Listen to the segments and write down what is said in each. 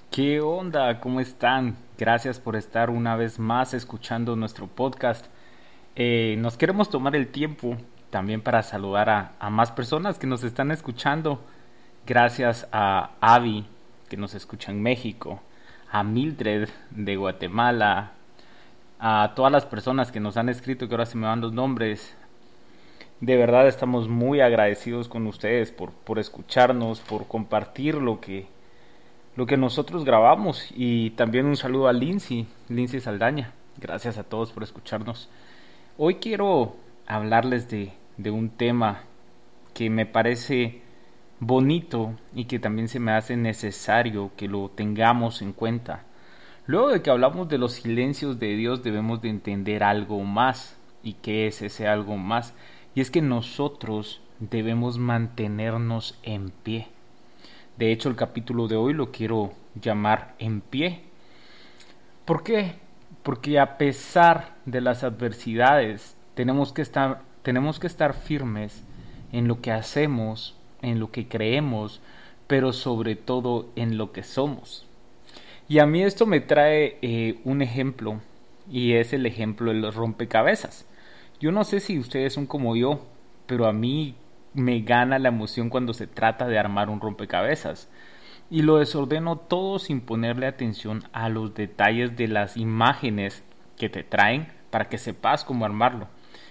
¿Qué onda? ¿Cómo están? Gracias por estar una vez más escuchando nuestro podcast. Nos queremos tomar el tiempo también para saludar a más personas que nos están escuchando. Gracias a Avi, que nos escucha en México, a Mildred de Guatemala, a todas las personas que nos han escrito, que ahora se me van los nombres. De verdad estamos muy agradecidos con ustedes por escucharnos, por compartir lo que nosotros grabamos. Y también un saludo a Lindsay Saldaña. Gracias a todos por escucharnos. Hoy quiero hablarles de un tema que me parece bonito y que también se me hace necesario que lo tengamos en cuenta. Luego de que hablamos de los silencios de Dios, debemos de entender algo más. ¿Y qué es ese algo más? Y es que nosotros debemos mantenernos en pie. De hecho, el capítulo de hoy lo quiero llamar En pie. ¿Por qué? Porque a pesar de las adversidades, tenemos que estar firmes en lo que hacemos, en lo que creemos, pero sobre todo en lo que somos. Y a mí esto me trae un ejemplo, y es el ejemplo de los rompecabezas. Yo no sé si ustedes son como yo, pero a mí me gana la emoción cuando se trata de armar un rompecabezas. Y lo desordeno todo sin ponerle atención a los detalles de las imágenes que te traen para que sepas cómo armarlo.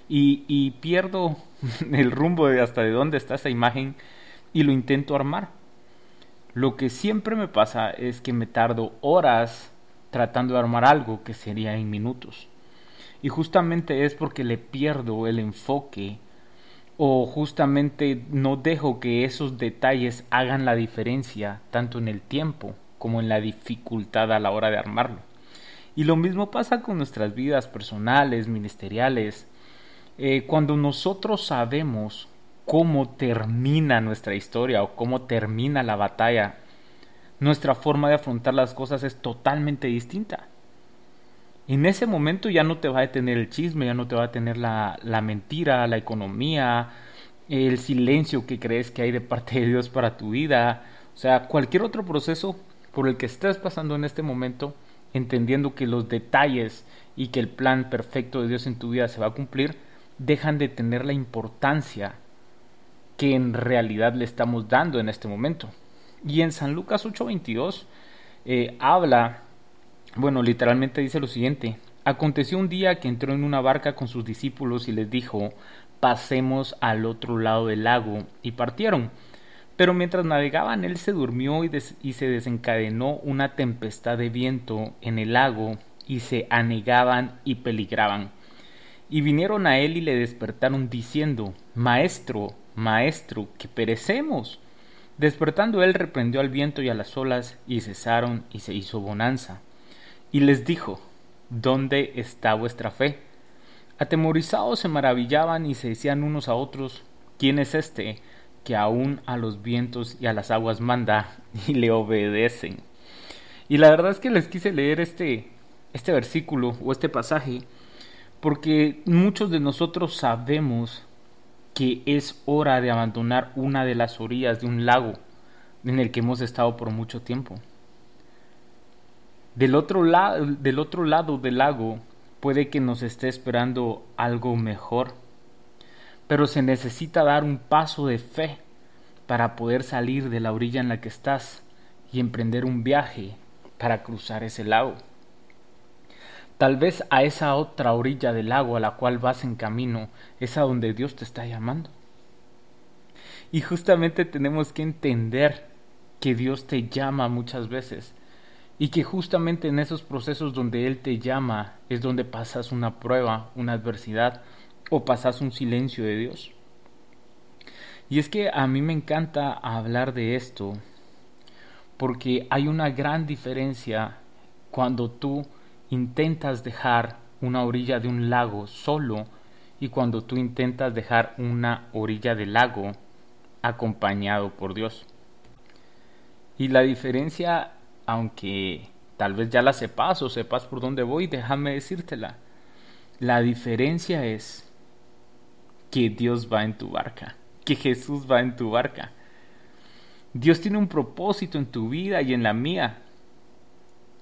Y pierdo el rumbo de hasta de dónde está esa imagen y lo intento armar. Lo que siempre me pasa es que me tardo horas tratando de armar algo que sería en minutos. Y justamente es porque le pierdo el enfoque o justamente no dejo que esos detalles hagan la diferencia tanto en el tiempo como en la dificultad a la hora de armarlo. Y lo mismo pasa con nuestras vidas personales, ministeriales. Cuando nosotros sabemos cómo termina nuestra historia o cómo termina la batalla, nuestra forma de afrontar las cosas es totalmente distinta. En ese momento ya no te va a detener el chisme, ya no te va a detener la mentira, la economía, el silencio que crees que hay de parte de Dios para tu vida. O sea, cualquier otro proceso por el que estés pasando en este momento, entendiendo que los detalles y que el plan perfecto de Dios en tu vida se va a cumplir, dejan de tener la importancia que en realidad le estamos dando en este momento. Y en San Lucas 8:22 habla, bueno, literalmente dice lo siguiente: aconteció un día que entró en una barca con sus discípulos y les dijo, pasemos al otro lado del lago, y partieron. Pero mientras navegaban él se durmió y se desencadenó una tempestad de viento en el lago, y se anegaban y peligraban. Y vinieron a él y le despertaron diciendo, Maestro, Maestro, que perecemos. Despertando él reprendió al viento y a las olas, y cesaron, y se hizo bonanza. Y les dijo, ¿dónde está vuestra fe? Atemorizados se maravillaban y se decían unos a otros, ¿quién es este que aún a los vientos y a las aguas manda y le obedecen? Y la verdad es que les quise leer este versículo o este pasaje porque muchos de nosotros sabemos que es hora de abandonar una de las orillas de un lago en el que hemos estado por mucho tiempo. Del otro lado del lago puede que nos esté esperando algo mejor, pero se necesita dar un paso de fe para poder salir de la orilla en la que estás y emprender un viaje para cruzar ese lago. Tal vez a esa otra orilla del lago a la cual vas en camino es a donde Dios te está llamando. Y justamente tenemos que entender que Dios te llama muchas veces y que justamente en esos procesos donde Él te llama es donde pasas una prueba, una adversidad o pasas un silencio de Dios. Y es que a mí me encanta hablar de esto porque hay una gran diferencia cuando tú intentas dejar una orilla de un lago solo y cuando tú intentas dejar una orilla del lago acompañado por Dios. Y la diferencia, aunque tal vez ya la sepas o sepas por dónde voy, déjame decírtela. La diferencia es que Dios va en tu barca, que Jesús va en tu barca. Dios tiene un propósito en tu vida y en la mía.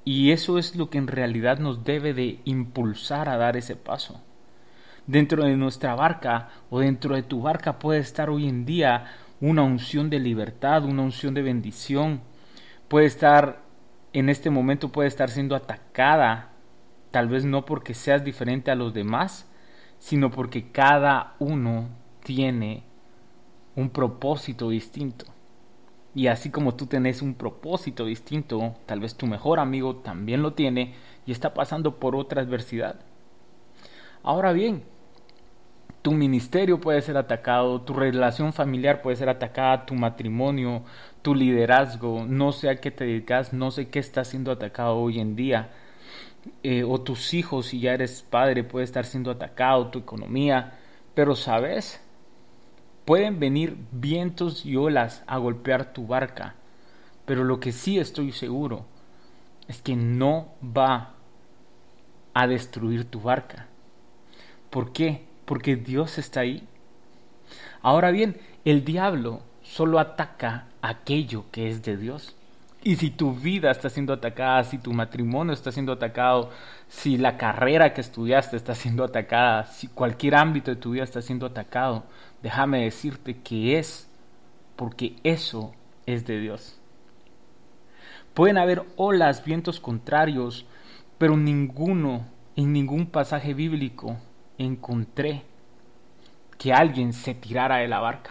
Y eso es lo que en realidad nos debe de impulsar a dar ese paso. Dentro de nuestra barca o dentro de tu barca puede estar hoy en día una unción de libertad, una unción de bendición. Puede estar, en este momento puede estar siendo atacada, tal vez no porque seas diferente a los demás, sino porque cada uno tiene un propósito distinto. Y así como tú tenés un propósito distinto, tal vez tu mejor amigo también lo tiene y está pasando por otra adversidad. Ahora bien, tu ministerio puede ser atacado, tu relación familiar puede ser atacada, tu matrimonio, tu liderazgo, no sé a qué te dedicas, no sé qué está siendo atacado hoy en día, o tus hijos, si ya eres padre, puede estar siendo atacado, tu economía, pero sabes, pueden venir vientos y olas a golpear tu barca, pero lo que sí estoy seguro es que no va a destruir tu barca. ¿Por qué? Porque Dios está ahí. Ahora bien, el diablo solo ataca aquello que es de Dios. Y si tu vida está siendo atacada, si tu matrimonio está siendo atacado, si la carrera que estudiaste está siendo atacada, si cualquier ámbito de tu vida está siendo atacado, déjame decirte que es porque eso es de Dios. Pueden haber olas, vientos contrarios, pero en ningún pasaje bíblico encontré que alguien se tirara de la barca.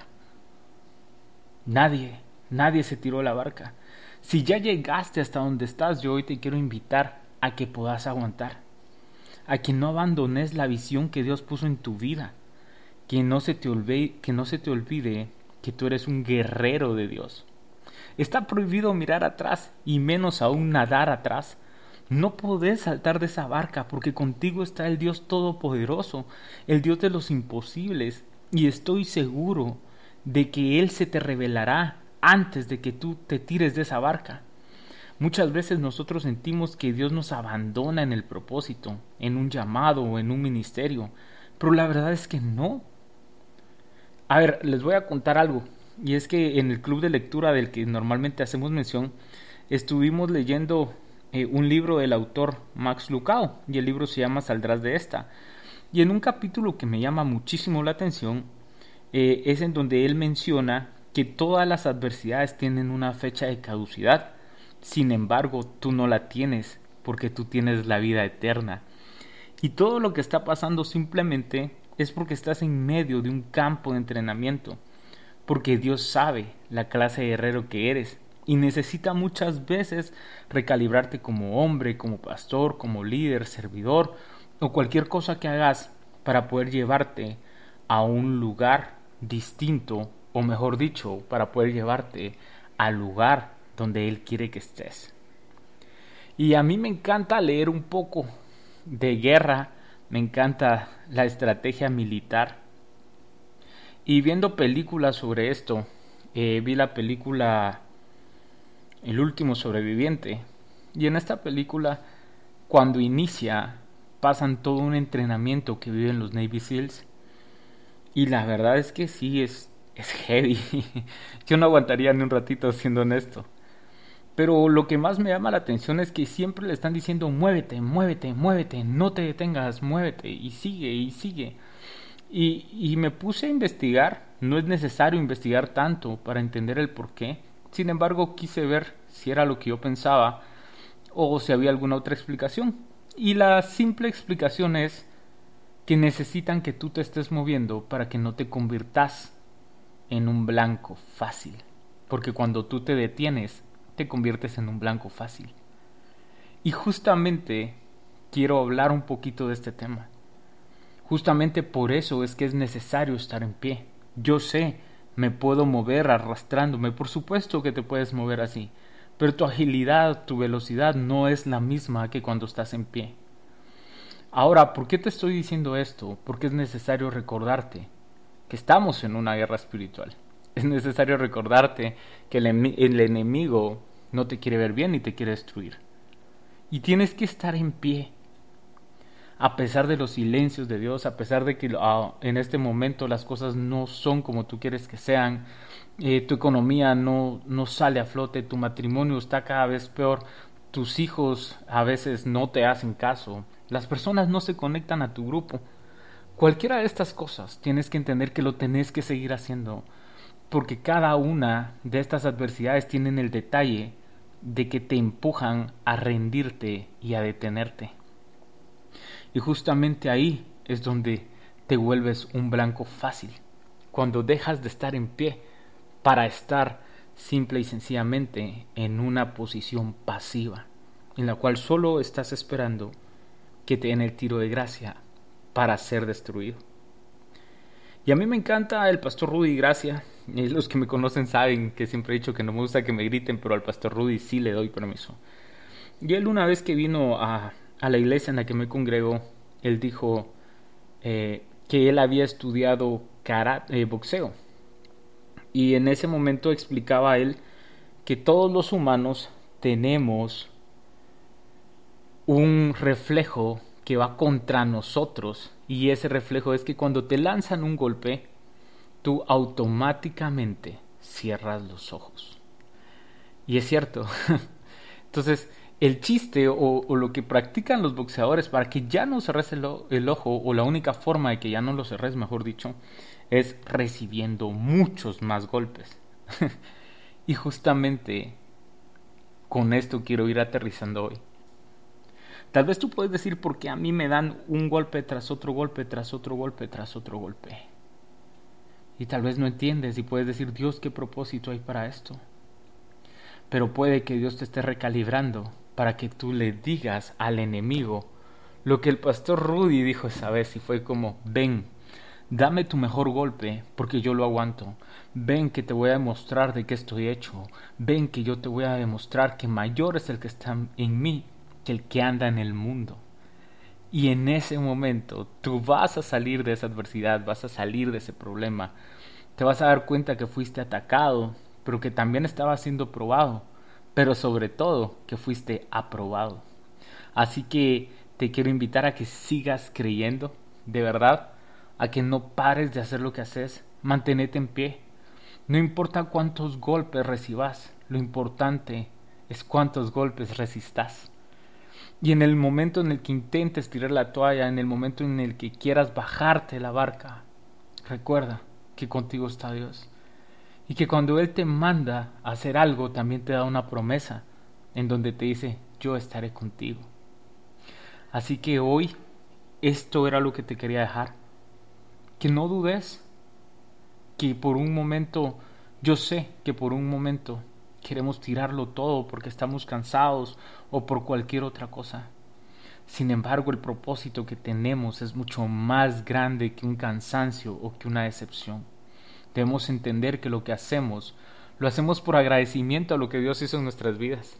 Nadie se tiró de la barca. Si ya llegaste hasta donde estás, yo hoy te quiero invitar a que puedas aguantar, a que no abandones la visión que Dios puso en tu vida, que no se te olvide que tú eres un guerrero de Dios. Está prohibido mirar atrás y menos aún nadar atrás. No podés saltar de esa barca porque contigo está el Dios Todopoderoso, el Dios de los imposibles, y estoy seguro de que Él se te revelará antes de que tú te tires de esa barca. Muchas veces nosotros sentimos que Dios nos abandona en el propósito, en un llamado o en un ministerio, pero la verdad es que no. A ver, les voy a contar algo, y es que en el club de lectura del que normalmente hacemos mención, estuvimos leyendo un libro del autor Max Lucado, y el libro se llama Saldrás de esta. Y en un capítulo que me llama muchísimo la atención, es en donde él menciona que todas las adversidades tienen una fecha de caducidad. Sin embargo, tú no la tienes, porque tú tienes la vida eterna. Y todo lo que está pasando simplemente es porque estás en medio de un campo de entrenamiento, porque Dios sabe la clase de guerrero que eres y necesita muchas veces recalibrarte como hombre, como pastor, como líder, servidor o cualquier cosa que hagas para poder llevarte a un lugar distinto, o mejor dicho, para poder llevarte al lugar donde Él quiere que estés. Y a mí me encanta leer un poco de guerra, me encanta la estrategia militar. Y viendo películas sobre esto, vi la película El último sobreviviente. Y en esta película, cuando inicia, pasan todo un entrenamiento que viven los Navy SEALs. Y la verdad es que sí, es heavy. Yo no aguantaría ni un ratito siendo honesto. Pero lo que más me llama la atención es que siempre le están diciendo muévete, muévete, muévete, no te detengas, muévete, y sigue, y sigue. Y me puse a investigar, no es necesario investigar tanto para entender el porqué. Sin embargo, quise ver si era lo que yo pensaba o si había alguna otra explicación. Y la simple explicación es que necesitan que tú te estés moviendo para que no te conviertas en un blanco fácil. Porque cuando tú te detienes, te conviertes en un blanco fácil. Y justamente quiero hablar un poquito de este tema. Justamente por eso es que es necesario estar en pie. Yo sé, me puedo mover arrastrándome, por supuesto que te puedes mover así, pero tu agilidad, tu velocidad no es la misma que cuando estás en pie. Ahora, ¿por qué te estoy diciendo esto? Porque es necesario recordarte que estamos en una guerra espiritual. Es necesario recordarte que el enemigo no te quiere ver bien ni te quiere destruir. Y tienes que estar en pie. A pesar de los silencios de Dios, a pesar de que en este momento las cosas no son como tú quieres que sean, tu economía no sale a flote, tu matrimonio está cada vez peor, tus hijos a veces no te hacen caso, las personas no se conectan a tu grupo. Cualquiera de estas cosas tienes que entender que lo tenés que seguir haciendo, porque cada una de estas adversidades tienen el detalle de que te empujan a rendirte y a detenerte. Y justamente ahí es donde te vuelves un blanco fácil, cuando dejas de estar en pie para estar simple y sencillamente en una posición pasiva, en la cual solo estás esperando que te den el tiro de gracia para ser destruido. Y a mí me encanta el pastor Rudy Gracia. Y los que me conocen saben que siempre he dicho que no me gusta que me griten, pero al pastor Rudy sí le doy permiso. Y él, una vez que vino a la iglesia en la que me congrego, él dijo que él había estudiado boxeo. Y en ese momento explicaba él que todos los humanos tenemos un reflejo que va contra nosotros, y ese reflejo es que cuando te lanzan un golpe, tú automáticamente cierras los ojos. Y es cierto. Entonces, el chiste o lo que practican los boxeadores para que ya no cerres el ojo, o la única forma de que ya no lo cerres, mejor dicho, es recibiendo muchos más golpes. Y justamente con esto quiero ir aterrizando hoy. Tal vez tú puedes decir, ¿por qué a mí me dan un golpe tras otro golpe, tras otro golpe, tras otro golpe? Y tal vez no entiendes y puedes decir, Dios, ¿qué propósito hay para esto? Pero puede que Dios te esté recalibrando para que tú le digas al enemigo lo que el pastor Rudy dijo esa vez, y fue como, ven, dame tu mejor golpe porque yo lo aguanto. Ven que te voy a demostrar de qué estoy hecho. Ven que yo te voy a demostrar que mayor es el que está en mí que el que anda en el mundo. Y en ese momento tú vas a salir de esa adversidad, vas a salir de ese problema. Te vas a dar cuenta que fuiste atacado, pero que también estabas siendo probado, pero sobre todo que fuiste aprobado. Así que te quiero invitar a que sigas creyendo, de verdad, a que no pares de hacer lo que haces, mantenete en pie. No importa cuántos golpes recibas, lo importante es cuántos golpes resistas. Y en el momento en el que intentes tirar la toalla, en el momento en el que quieras bajarte de la barca, recuerda que contigo está Dios. Y que cuando Él te manda a hacer algo, también te da una promesa en donde te dice, yo estaré contigo. Así que hoy, esto era lo que te quería dejar. Que no dudes, que por un momento, yo sé que por un momento queremos tirarlo todo porque estamos cansados o por cualquier otra cosa. Sin embargo, el propósito que tenemos es mucho más grande que un cansancio o que una decepción. Debemos entender que lo que hacemos, lo hacemos por agradecimiento a lo que Dios hizo en nuestras vidas.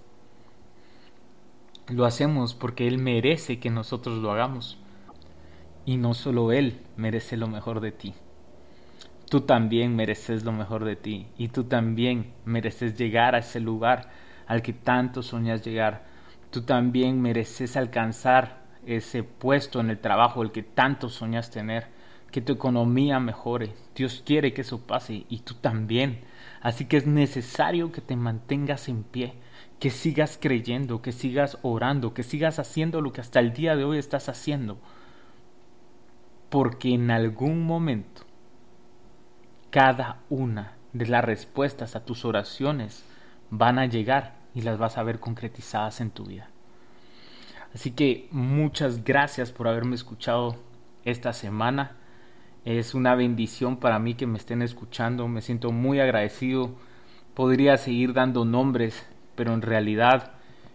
Lo hacemos porque Él merece que nosotros lo hagamos. Y no solo Él merece lo mejor de ti. Tú también mereces lo mejor de ti, y tú también mereces llegar a ese lugar al que tanto soñas llegar. Tú también mereces alcanzar ese puesto en el trabajo el que tanto soñas tener, que tu economía mejore. Dios quiere que eso pase y tú también. Así que es necesario que te mantengas en pie, que sigas creyendo, que sigas orando, que sigas haciendo lo que hasta el día de hoy estás haciendo. Porque en algún momento cada una de las respuestas a tus oraciones van a llegar y las vas a ver concretizadas en tu vida. Así que muchas gracias por haberme escuchado esta semana. Es una bendición para mí que me estén escuchando. Me siento muy agradecido. Podría seguir dando nombres, pero en realidad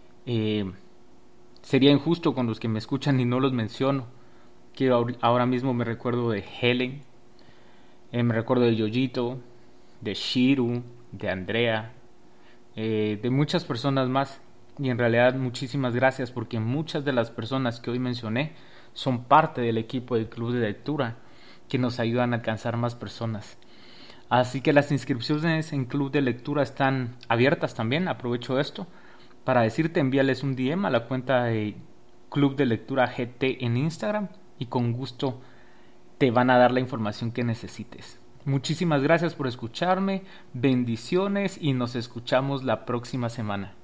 sería injusto con los que me escuchan y no los menciono. Que ahora mismo me recuerdo de Helen. Me recuerdo de Yoyito, de Shiru, de Andrea, de muchas personas más. Y en realidad muchísimas gracias porque muchas de las personas que hoy mencioné son parte del equipo del Club de Lectura que nos ayudan a alcanzar más personas. Así que las inscripciones en Club de Lectura están abiertas también. Aprovecho esto para decirte, envíales un DM a la cuenta de Club de Lectura GT en Instagram y con gusto te van a dar la información que necesites. Muchísimas gracias por escucharme, bendiciones y nos escuchamos la próxima semana.